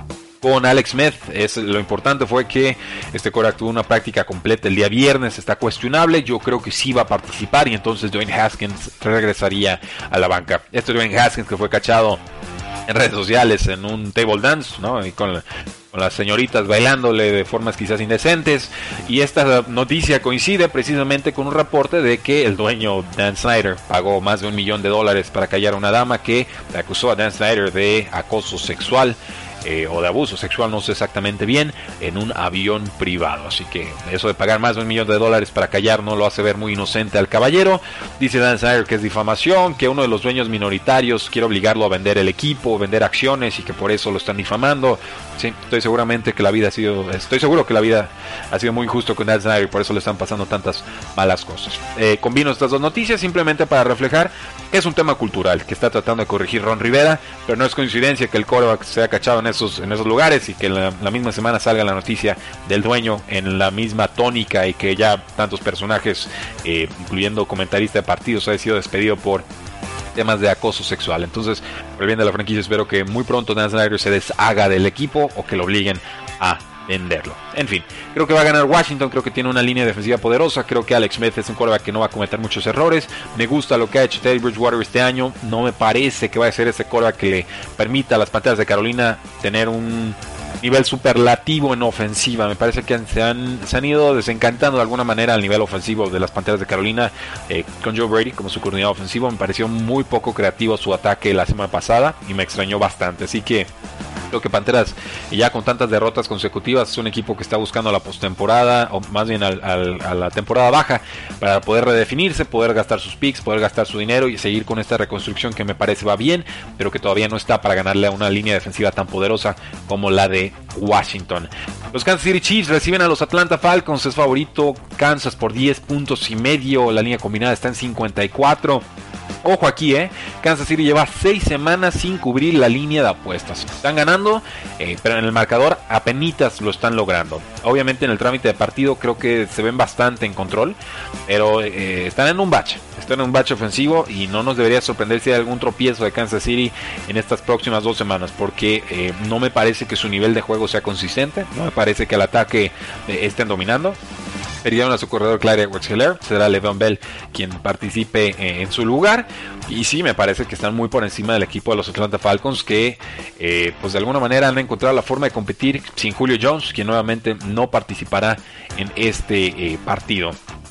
Con Alex Smith, es, lo importante fue que este quarterback tuvo una práctica completa el día viernes, está cuestionable, yo creo que sí va a participar y entonces Dwayne Haskins regresaría a la banca. Este Dwayne Haskins que fue cachado en redes sociales en un table dance, ¿no? Y con, con las señoritas bailándole de formas quizás indecentes, y esta noticia coincide precisamente con un reporte de que el dueño Dan Snyder pagó más de un millón de dólares para callar a una dama que acusó a Dan Snyder de acoso sexual. Eh, o de abuso sexual, no sé exactamente bien, en un avión privado. Así que eso de pagar más de un millón de dólares para callar no lo hace ver muy inocente al caballero. Dice Dan Snyder que es difamación, que uno de los dueños minoritarios quiere obligarlo a vender el equipo, vender acciones y que por eso lo están difamando. Sí, estoy seguramente que la vida ha sido, estoy seguro que la vida ha sido muy injusto con Dan Snyder y por eso le están pasando tantas malas cosas. Eh, combino estas dos noticias simplemente para reflejar que es un tema cultural que está tratando de corregir Ron Rivera, pero no es coincidencia que el quarterback se haya cachado en esos, en esos lugares y que la, la misma semana salga la noticia del dueño en la misma tónica y que ya tantos personajes, eh, incluyendo comentarista de partidos, ha sido despedido por temas de acoso sexual. Entonces, por el bien de la franquicia, espero que muy pronto Dan Snyder se deshaga del equipo o que lo obliguen a venderlo. En fin, creo que va a ganar Washington, creo que tiene una línea defensiva poderosa, creo que Alex Smith es un quarterback que no va a cometer muchos errores. Me gusta lo que ha hecho Teddy Bridgewater este año, no me parece que vaya a ser ese quarterback que le permita a las Panteras de Carolina tener un nivel superlativo en ofensiva. Me parece que se han, se han ido desencantando de alguna manera al nivel ofensivo de las Panteras de Carolina, eh, con Joe Brady como su coordinador ofensivo. Me pareció muy poco creativo su ataque la semana pasada y me extrañó bastante, así que creo que Panteras, ya con tantas derrotas consecutivas, es un equipo que está buscando la postemporada, o más bien al, al, a la temporada baja, para poder redefinirse, poder gastar sus picks, poder gastar su dinero y seguir con esta reconstrucción que me parece va bien, pero que todavía no está para ganarle a una línea defensiva tan poderosa como la de Washington. Los Kansas City Chiefs reciben a los Atlanta Falcons, es favorito Kansas por diez puntos y medio, la línea combinada está en cincuenta y cuatro. Ojo aquí, eh. Kansas City lleva seis semanas sin cubrir la línea de apuestas. Están ganando, eh, pero en el marcador apenitas lo están logrando. Obviamente en el trámite de partido creo que se ven bastante en control, pero eh, están en un bache. Están en un bache ofensivo y no nos debería sorprender si hay algún tropiezo de Kansas City en estas próximas dos semanas, porque eh, no me parece que su nivel de juego sea consistente, no me parece que el ataque eh, estén dominando. Perdieron a su corredor Clyde Edwards-Helaire, será Le'Veon Bell quien participe eh, en su lugar, y sí me parece que están muy por encima del equipo de los Atlanta Falcons, que eh, pues de alguna manera han encontrado la forma de competir sin Julio Jones, quien nuevamente no participará en este eh, partido.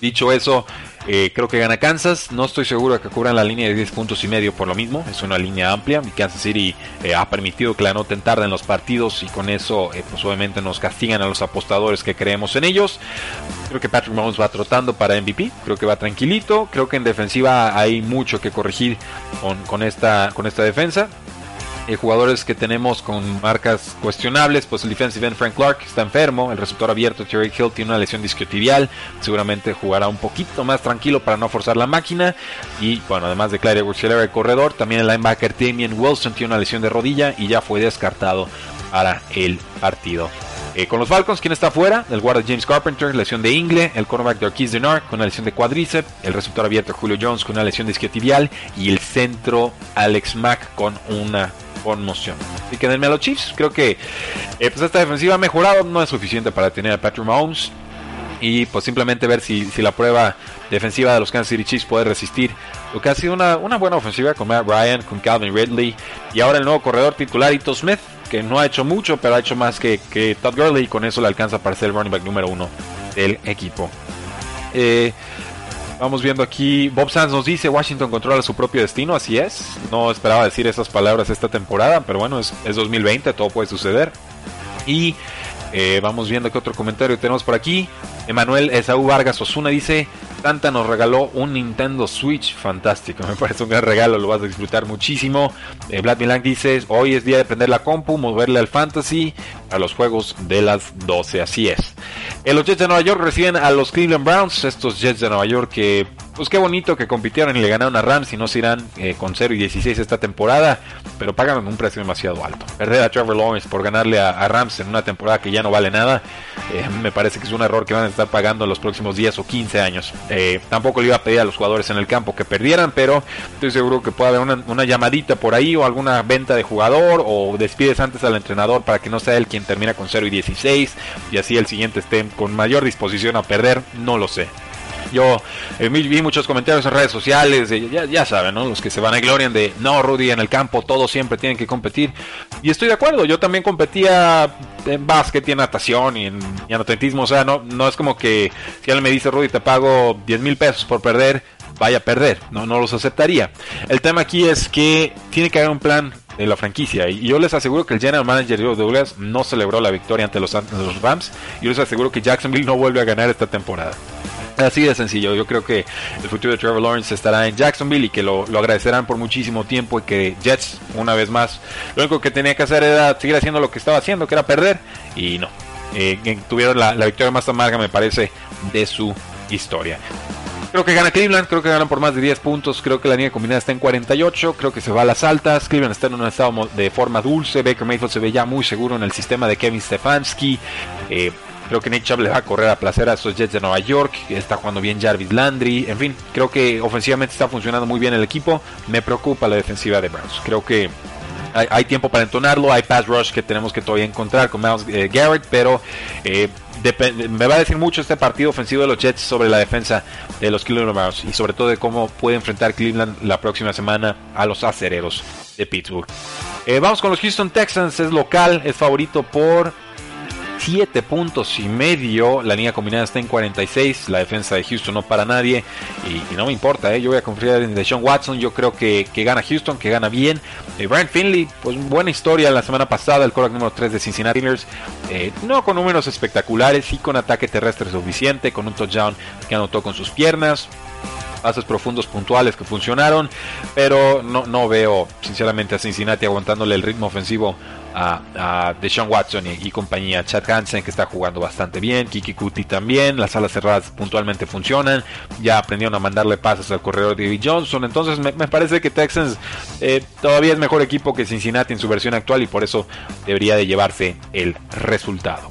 Dicho eso, eh, creo que gana Kansas. No estoy seguro de que cubran la línea de diez puntos y medio por lo mismo. Es una línea amplia. Y Kansas City eh, ha permitido que la anoten tarde en los partidos. Y con eso, eh, pues obviamente nos castigan a los apostadores que creemos en ellos. Creo que Patrick Mahomes va trotando para M V P. Creo que va tranquilito. Creo que en defensiva hay mucho que corregir con, con, esta, con esta defensa. Eh, jugadores que tenemos con marcas cuestionables, pues el defensive end Frank Clark está enfermo, el receptor abierto Tyreek Hill tiene una lesión discotibial, seguramente jugará un poquito más tranquilo para no forzar la máquina, y bueno, además de Clyde Edwards-Helaire, el corredor, también el linebacker Damian Wilson tiene una lesión de rodilla y ya fue descartado para el partido. Eh, con los Falcons, ¿quién está fuera? El guardia James Carpenter, lesión de ingle, el cornerback Darqueze Dennard con una lesión de cuádriceps, el receptor abierto Julio Jones con una lesión de isquiotibial y el centro Alex Mack con una conmoción. Así que denme a los Chiefs. Creo que eh, pues esta defensiva ha mejorado, no es suficiente para tener a Patrick Mahomes. Y pues simplemente ver si, si la prueba defensiva de los Kansas City Chiefs puede resistir lo que ha sido una, una buena ofensiva con Matt Ryan, con Calvin Ridley y ahora el nuevo corredor titular Ito Smith, que no ha hecho mucho, pero ha hecho más que, que Todd Gurley, y con eso le alcanza para ser el running back número uno del equipo. Eh, vamos viendo aquí, Bob Sands nos dice, Washington controla su propio destino, así es, no esperaba decir esas palabras esta temporada, pero bueno, es, es dos mil veinte, todo puede suceder. Y eh, vamos viendo qué otro comentario tenemos por aquí. Emanuel Esaú Vargas Osuna dice, Santa nos regaló un Nintendo Switch, fantástico, me parece un gran regalo, lo vas a disfrutar muchísimo. eh, Vlad Milan dice, hoy es día de prender la compu, moverle al fantasy a los juegos de las doce, así es. eh, Los Jets de Nueva York reciben a los Cleveland Browns, estos Jets de Nueva York que, pues qué bonito que compitieron y le ganaron a Rams, y no se irán eh, con cero y dieciséis esta temporada, pero pagan un precio demasiado alto. Perder a Trevor Lawrence por ganarle a, a Rams en una temporada que ya no vale nada, eh, me parece que es un error que van a estar pagando en los próximos diez o quince años. Eh, tampoco le iba a pedir a los jugadores en el campo que perdieran, pero estoy seguro que puede haber una, una llamadita por ahí o alguna venta de jugador, o despides antes al entrenador para que no sea él quien termina con cero y dieciséis y así el siguiente esté con mayor disposición a perder, no lo sé. Yo eh, vi muchos comentarios en redes sociales, de, ya, ya saben, ¿no? Los que se van a glorian de, no, Rudy, en el campo todos siempre tienen que competir. Y estoy de acuerdo, yo también competía en básquet y en natación y en, y en atletismo. O sea, no, no es como que si alguien me dice, Rudy, te pago diez mil pesos por perder, vaya a perder. No, no los aceptaría. El tema aquí es que tiene que haber un plan de la franquicia, y yo les aseguro que el general manager Joe Douglas no celebró la victoria ante los, los Rams, y yo les aseguro que Jacksonville no vuelve a ganar esta temporada. Así de sencillo, yo creo que el futuro de Trevor Lawrence estará en Jacksonville y que lo, lo agradecerán por muchísimo tiempo, y que Jets, una vez más, lo único que tenía que hacer era seguir haciendo lo que estaba haciendo, que era perder, y no. Eh, tuvieron la, la victoria más amarga, me parece, de su historia. Creo que gana Cleveland, creo que ganan por más de diez puntos, creo que la línea combinada está en cuarenta y ocho, creo que se va a las altas. Cleveland está en un estado de forma dulce, Baker Mayfield se ve ya muy seguro en el sistema de Kevin Stefanski. Eh, creo que Nick Chubb le va a correr a placer a esos Jets de Nueva York, está jugando bien Jarvis Landry, en fin, creo que ofensivamente está funcionando muy bien el equipo. Me preocupa la defensiva de Browns, creo que hay, hay tiempo para entonarlo, hay pass rush que tenemos que todavía encontrar con Myles eh, Garrett, pero eh, Dep- me va a decir mucho este partido ofensivo de los Jets sobre la defensa de los Cleveland Browns, y sobre todo de cómo puede enfrentar Cleveland la próxima semana a los acereros de Pittsburgh. Eh, vamos con los Houston Texans, es local, es favorito por siete puntos y medio, la línea combinada está en cuarenta y seis, la defensa de Houston no para nadie, y, y no me importa, eh, yo voy a confiar en Deshaun Watson, yo creo que, que gana Houston, que gana bien. eh, Brian Finley, pues buena historia la semana pasada, el quarterback número tres de Cincinnati Bengals, eh, no con números espectaculares, sí con ataque terrestre suficiente, con un touchdown que anotó con sus piernas, pases profundos puntuales que funcionaron, pero no, no veo sinceramente a Cincinnati aguantándole el ritmo ofensivo a, a Deshaun Watson y, y compañía. Chad Hansen, que está jugando bastante bien, Kiki Kuti también, las alas cerradas puntualmente funcionan, ya aprendieron a mandarle pases al corredor David Johnson, entonces me, me parece que Texans eh, todavía es mejor equipo que Cincinnati en su versión actual, y por eso debería de llevarse el resultado.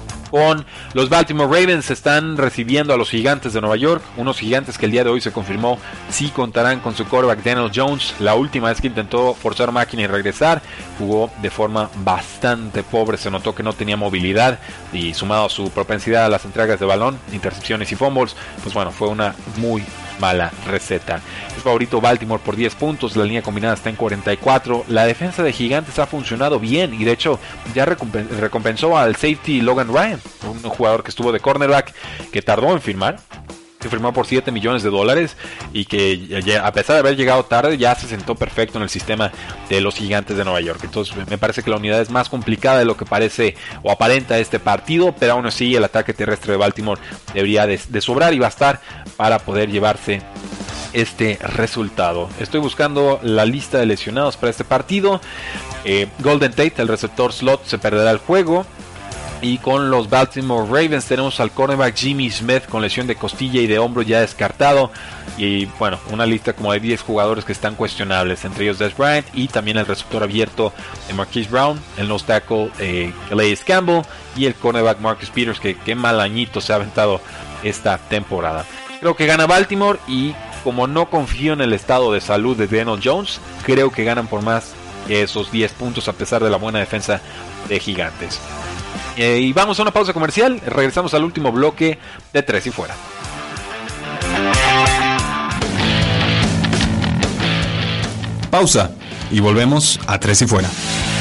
Con los Baltimore Ravens están recibiendo a los Gigantes de Nueva York, unos Gigantes que el día de hoy se confirmó sí contarán con su quarterback Daniel Jones. La última vez que intentó forzar máquina y regresar, jugó de forma bastante pobre, se notó que no tenía movilidad, y sumado a su propensidad a las entregas de balón, intercepciones y fumbles, pues bueno, fue una muy mala receta. Es favorito Baltimore por diez puntos, la línea combinada está en cuarenta y cuatro, la defensa de Gigantes ha funcionado bien, y de hecho ya recompensó al safety Logan Ryan, un jugador que estuvo de cornerback, que tardó en firmar, que firmó por siete millones de dólares y que ya, a pesar de haber llegado tarde, ya se sentó perfecto en el sistema de los Gigantes de Nueva York. Entonces me parece que la unidad es más complicada de lo que parece o aparenta este partido, pero aún así el ataque terrestre de Baltimore debería de, de sobrar y bastar para poder llevarse este resultado. Estoy buscando la lista de lesionados para este partido. eh, Golden Tate, el receptor slot, se perderá el juego. Y con los Baltimore Ravens tenemos al cornerback Jimmy Smith con lesión de costilla y de hombro ya descartado. Y bueno, una lista como de diez jugadores que están cuestionables, entre ellos Dez Bryant y también el receptor abierto de Marquise Brown, el nose tackle eh, Calais Campbell y el cornerback Marcus Peters, que qué mal añito se ha aventado esta temporada. Creo que gana Baltimore y como no confío en el estado de salud de Daniel Jones, creo que ganan por más que esos diez puntos a pesar de la buena defensa de Gigantes. Eh, y vamos a una pausa comercial. Regresamos al último bloque de Tres y Fuera. Pausa y volvemos a Tres y Fuera.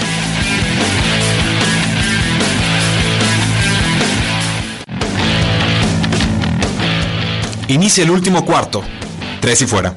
Inicia el último cuarto. Tres y Fuera.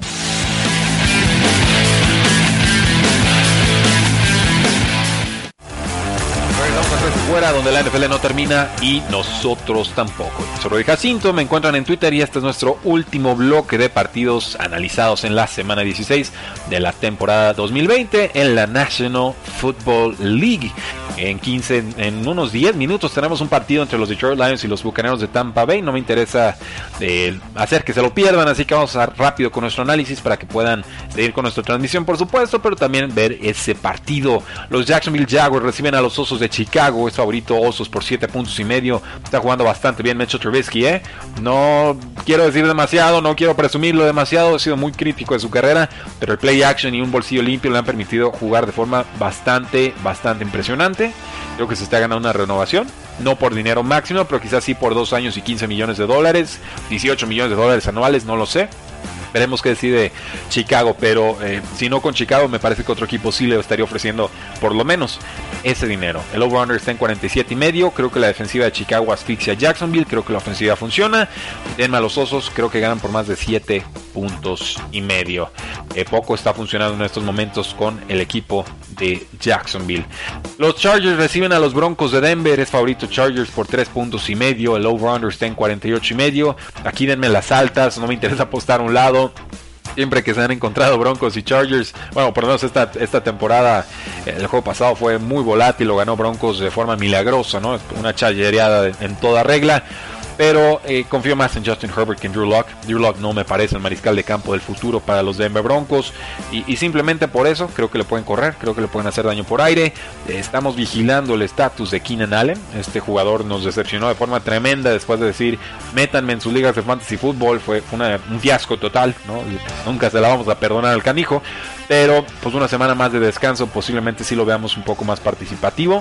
Fuera, donde la N F L no termina y nosotros tampoco. Soy Rudy Jacinto, me encuentran en Twitter y este es nuestro último bloque de partidos analizados en la semana dieciséis de la temporada dos mil veinte en la National Football League. En quince, en unos diez minutos tenemos un partido entre los Detroit Lions y los Bucaneros de Tampa Bay. No me interesa eh, hacer que se lo pierdan, así que vamos a rápido con nuestro análisis para que puedan seguir con nuestra transmisión, por supuesto, pero también ver ese partido. Los Jacksonville Jaguars reciben a los Osos de Chicago. Es favorito Osos por siete puntos y medio. Está jugando bastante bien Mitchell Trubisky, ¿eh? No quiero decir demasiado, no quiero presumirlo demasiado. He sido muy crítico de su carrera, pero el play action y un bolsillo limpio le han permitido jugar de forma bastante, bastante impresionante. Creo que se está ganando una renovación, no por dinero máximo, pero quizás sí por dos años y quince millones de dólares, dieciocho millones de dólares anuales, no lo sé. Veremos qué decide Chicago, pero eh, si no con Chicago, me parece que otro equipo sí le estaría ofreciendo por lo menos ese dinero. El over-under está en cuarenta y siete y medio. Creo que la defensiva de Chicago asfixia a Jacksonville. Creo que la ofensiva funciona. Denme a los Osos. Creo que ganan por más de siete puntos y medio. Eh, poco está funcionando en estos momentos con el equipo de Jacksonville. Los Chargers reciben a los Broncos de Denver. Es favorito Chargers por tres puntos y medio. El over-under está en cuarenta y ocho y medio. Aquí denme las altas. No me interesa apostar a un lado. Siempre que se han encontrado Broncos y Chargers, bueno, por lo menos esta, esta temporada, el juego pasado fue muy volátil, lo ganó Broncos de forma milagrosa, ¿no? Una charlereada en toda regla. Pero eh, confío más en Justin Herbert que en Drew Lock. Drew Lock no me parece el mariscal de campo del futuro para los Denver Broncos. Y, y simplemente por eso creo que le pueden correr, creo que le pueden hacer daño por aire. Eh, estamos vigilando el estatus de Keenan Allen. Este jugador nos decepcionó de forma tremenda después de decir, métanme en sus ligas de fantasy fútbol. Fue, fue una, un fiasco total, ¿no? Nunca se la vamos a perdonar al canijo. Pero pues una semana más de descanso, posiblemente sí lo veamos un poco más participativo.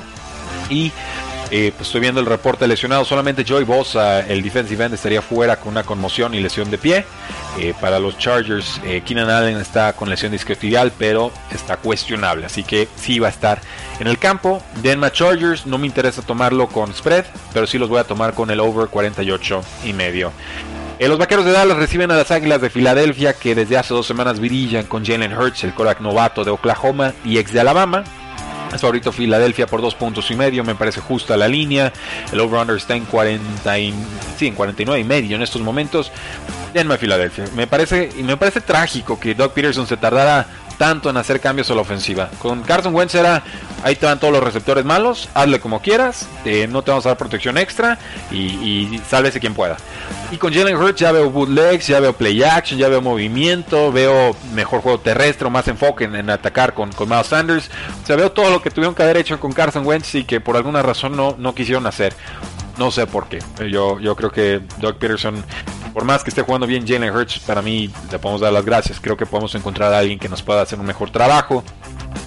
Y Eh, pues estoy viendo el reporte de lesionados. Solamente Joey Bosa, el defensive end, estaría fuera con una conmoción y lesión de pie. Eh, para los Chargers, eh, Keenan Allen está con lesión discotibial, pero está cuestionable, así que sí va a estar en el campo. Denver Chargers, no me interesa tomarlo con spread, pero sí los voy a tomar con el over cuarenta y ocho y medio. Eh, los Vaqueros de Dallas reciben a las Águilas de Filadelfia, que desde hace dos semanas brillan con Jalen Hurts, el quarterback novato de Oklahoma y ex de Alabama. Es favorito Filadelfia por dos puntos y medio, me parece justa la línea. El over-under está en cuarenta y, sí, en cuarenta y nueve y medio en estos momentos. Denme a Filadelfia. Me parece, y me parece trágico que Doug Peterson se tardara tanto en hacer cambios a la ofensiva. Con Carson Wentz era, ahí te van todos los receptores malos, hazle como quieras, eh, no te vamos a dar protección extra y, y sálvese quien pueda. Y con Jalen Hurts ya veo bootlegs, ya veo play action, ya veo movimiento, veo mejor juego terrestre, más enfoque en, en atacar con, con Miles Sanders. O sea, veo todo lo que tuvieron que haber hecho con Carson Wentz y que por alguna razón no, no quisieron hacer. No sé por qué. Yo, yo creo que Doug Peterson, por más que esté jugando bien Jalen Hurts, para mí le podemos dar las gracias. Creo que podemos encontrar a alguien que nos pueda hacer un mejor trabajo.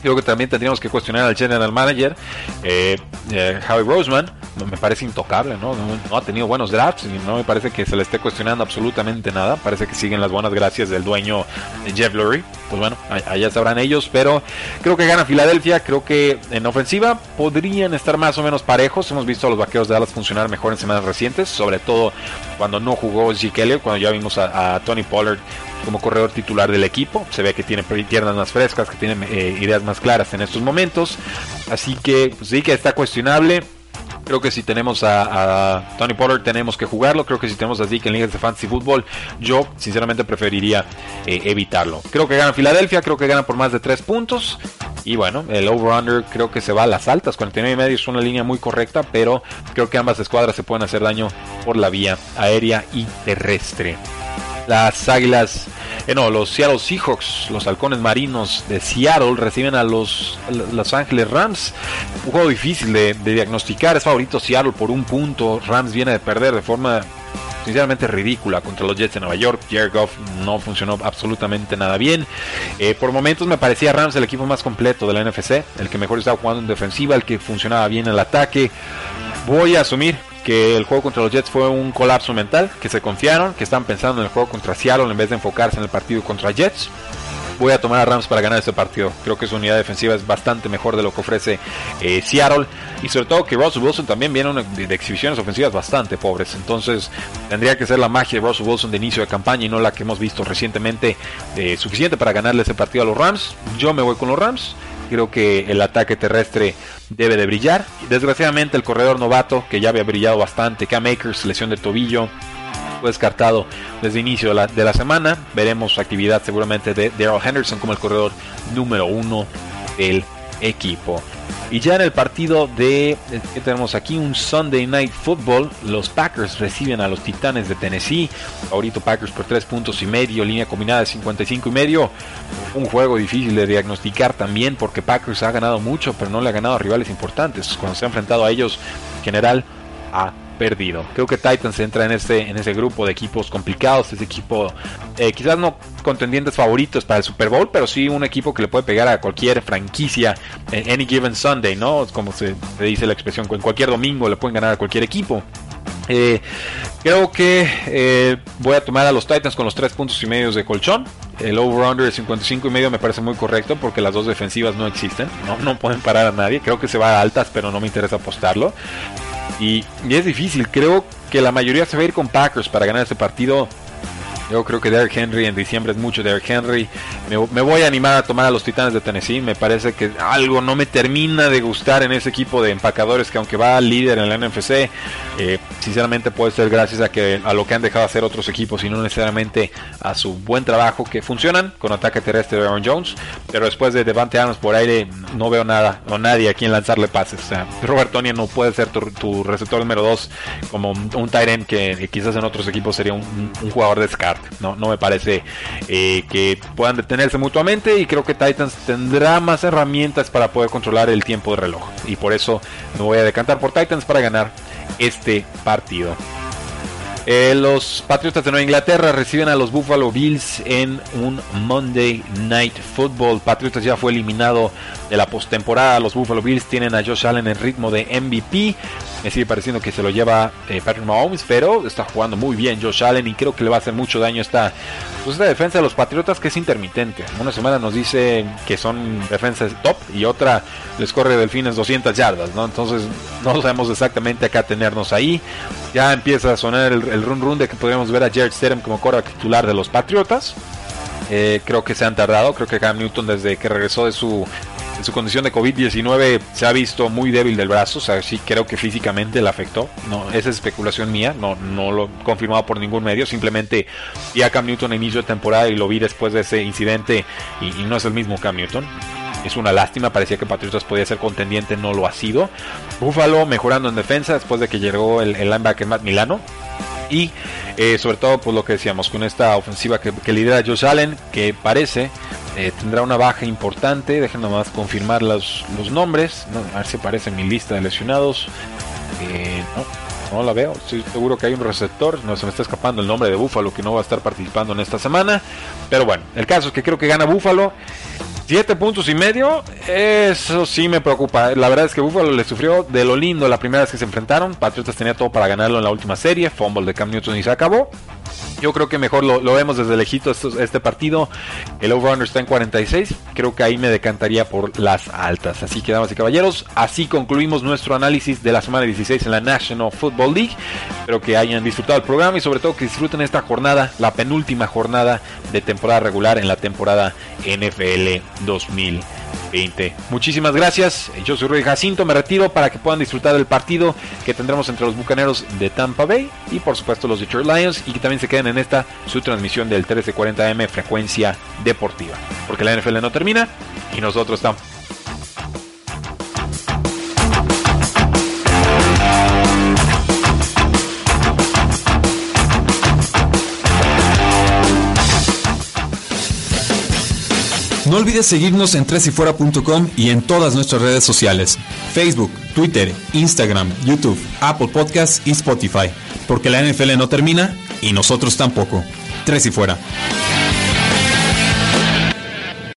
Creo que también tendríamos que cuestionar al general manager, eh, eh, Howie Roseman. Me parece intocable, ¿no? ¿no? No ha tenido buenos drafts y no me parece que se le esté cuestionando absolutamente nada. Parece que siguen las buenas gracias del dueño Jeff Lurie. Pues bueno, allá sabrán ellos, pero creo que gana Filadelfia. Creo que en ofensiva podrían estar más o menos parejos. Hemos visto a los Vaqueros de Dallas funcionar mejor en semanas recientes, sobre todo cuando no jugó Zeke Elliott, cuando ya vimos a, a Tony Pollard como corredor titular del equipo. Se ve que tiene piernas más frescas, que tiene eh, ideas más claras en estos momentos. Así que pues, sí que está cuestionable. Creo que si tenemos a, a Tony Pollard tenemos que jugarlo. Creo que si tenemos a Zeke en ligas de fantasy fútbol, yo sinceramente preferiría eh, evitarlo. Creo que gana Filadelfia, creo que gana por más de tres puntos. Y bueno, el over-under creo que se va a las altas. cuarenta y nueve y medio es una línea muy correcta, pero creo que ambas escuadras se pueden hacer daño por la vía aérea y terrestre. Las Águilas, eh, no, los Seattle Seahawks, los Halcones Marinos de Seattle reciben a los Los Ángeles Rams. Un juego difícil de, de diagnosticar. Es favorito Seattle por un punto. Rams viene de perder de forma sinceramente ridícula contra los Jets de Nueva York. Jared Goff no funcionó absolutamente nada bien. Eh, por momentos me parecía Rams el equipo más completo de la N F C, el que mejor estaba jugando en defensiva, el que funcionaba bien en el ataque. Voy a asumir que el juego contra los Jets fue un colapso mental, que se confiaron, que están pensando en el juego contra Seattle en vez de enfocarse en el partido contra Jets. Voy a tomar a Rams para ganar este partido. Creo que su unidad defensiva es bastante mejor de lo que ofrece eh, Seattle. Y sobre todo que Russell Wilson también viene una, de, de exhibiciones ofensivas bastante pobres. Entonces tendría que ser la magia de Russell Wilson de inicio de campaña y no la que hemos visto recientemente eh, suficiente para ganarle ese partido a los Rams. Yo me voy con los Rams. Creo que el ataque terrestre debe de brillar. Desgraciadamente el corredor novato, que ya había brillado bastante, Cam Akers, lesión de tobillo, fue descartado desde el inicio de la, de la semana. Veremos actividad seguramente de Darrell Henderson como el corredor número uno del equipo. Y ya en el partido de, ¿qué tenemos aquí? Un Sunday Night Football. Los Packers reciben a los Titanes de Tennessee. Favorito Packers por tres puntos y medio. Línea combinada de cincuenta y cinco y medio. Un juego difícil de diagnosticar también, porque Packers ha ganado mucho, pero no le ha ganado a rivales importantes. Cuando se ha enfrentado a ellos, en general, ha perdido. Creo que Titans entra en este en ese grupo de equipos complicados. Ese equipo, eh, quizás no contendientes favoritos para el Super Bowl, pero sí un equipo que le puede pegar a cualquier franquicia en any given Sunday, ¿no? Como se, se dice la expresión, en cualquier domingo le pueden ganar a cualquier equipo. Eh, creo que eh, voy a tomar a los Titans con los tres puntos y medio de colchón. El over-under de cincuenta y cinco y medio me parece muy correcto, porque las dos defensivas no existen, no, no pueden parar a nadie. Creo que se va a altas, pero no me interesa apostarlo. Y, y es difícil. Creo que la mayoría se va a ir con Packers para ganar este partido. Yo creo que Derrick Henry en diciembre es mucho Derrick Henry. Me, me voy a animar a tomar a los Titanes de Tennessee. Me parece que algo no me termina de gustar en ese equipo de empacadores, que aunque va líder en la N F C, eh, sinceramente puede ser gracias a que a lo que han dejado hacer otros equipos y no necesariamente a su buen trabajo, que funcionan con ataque terrestre de Aaron Jones. Pero después de Devante Adams por aire no veo nada o nadie a quien lanzarle pases. O sea, Robert Tonyan no puede ser tu, tu receptor número dos como un, un tight end que, que quizás en otros equipos sería un, un jugador de descarte. No, no me parece eh, que puedan detenerse mutuamente, y creo que Titans tendrá más herramientas para poder controlar el tiempo de reloj, y por eso me voy a decantar por Titans para ganar este partido. Eh, los Patriotas de Nueva Inglaterra reciben a los Buffalo Bills en un Monday Night Football. Patriotas ya fue eliminado de la postemporada. Los Buffalo Bills tienen a Josh Allen en ritmo de M V P. Me sigue pareciendo que se lo lleva eh, Patrick Mahomes, pero está jugando muy bien Josh Allen, y creo que le va a hacer mucho daño esta, pues esta defensa de los Patriotas, que es intermitente. Una semana nos dice que son defensas top y otra les corre delfines doscientas yardas, ¿no? Entonces no sabemos exactamente acá tenernos ahí. Ya empieza a sonar el, el run run de que podríamos ver a Jarrett Stidham como quarterback titular de los Patriotas. Eh, creo que se han tardado. Creo que Cam Newton, desde que regresó de su en su condición de COVID diecinueve, se ha visto muy débil del brazo. O sea, sí creo que físicamente le afectó. No, esa es especulación mía, no, no lo he confirmado por ningún medio. Simplemente vi a Cam Newton a inicio de temporada y lo vi después de ese incidente, y, y no es el mismo Cam Newton. Es una lástima, parecía que Patriotas podía ser contendiente, no lo ha sido. Buffalo mejorando en defensa después de que llegó el, el linebacker Matt Milano. Y eh, sobre todo, pues lo que decíamos, con esta ofensiva que, que lidera Josh Allen, que parece eh, tendrá una baja importante. Déjenme más confirmar los, los nombres, no, a ver si aparece en mi lista de lesionados. eh, no, no la veo. Estoy seguro que hay un receptor, no se me está escapando el nombre de Buffalo, que no va a estar participando en esta semana. Pero bueno, el caso es que creo que gana Buffalo. Siete puntos y medio, eso sí me preocupa. La verdad es que Buffalo le sufrió de lo lindo la primera vez que se enfrentaron. Patriotas tenía todo para ganarlo en la última serie. Fumble de Cam Newton y se acabó. Yo creo que mejor lo, lo vemos desde lejito este, este partido. El over-under está en cuarenta y seis. Creo que ahí me decantaría por las altas. Así que, damas y caballeros, así concluimos nuestro análisis de la semana dieciséis en la National Football League. Espero que hayan disfrutado el programa y sobre todo que disfruten esta jornada, la penúltima jornada de temporada regular en la temporada N F L dos mil veinte. Muchísimas gracias. Yo soy Rudy Jacinto. Me retiro para que puedan disfrutar del partido que tendremos entre los Bucaneros de Tampa Bay y por supuesto los Detroit Lions, y que también se queden en esta su transmisión del trece cuarenta M Frecuencia Deportiva, porque la N F L no termina y nosotros estamos. No olvides seguirnos en tres y fuera punto com y en todas nuestras redes sociales: Facebook, Twitter, Instagram, YouTube, Apple Podcasts y Spotify, porque la N F L no termina y nosotros tampoco. Tres y fuera.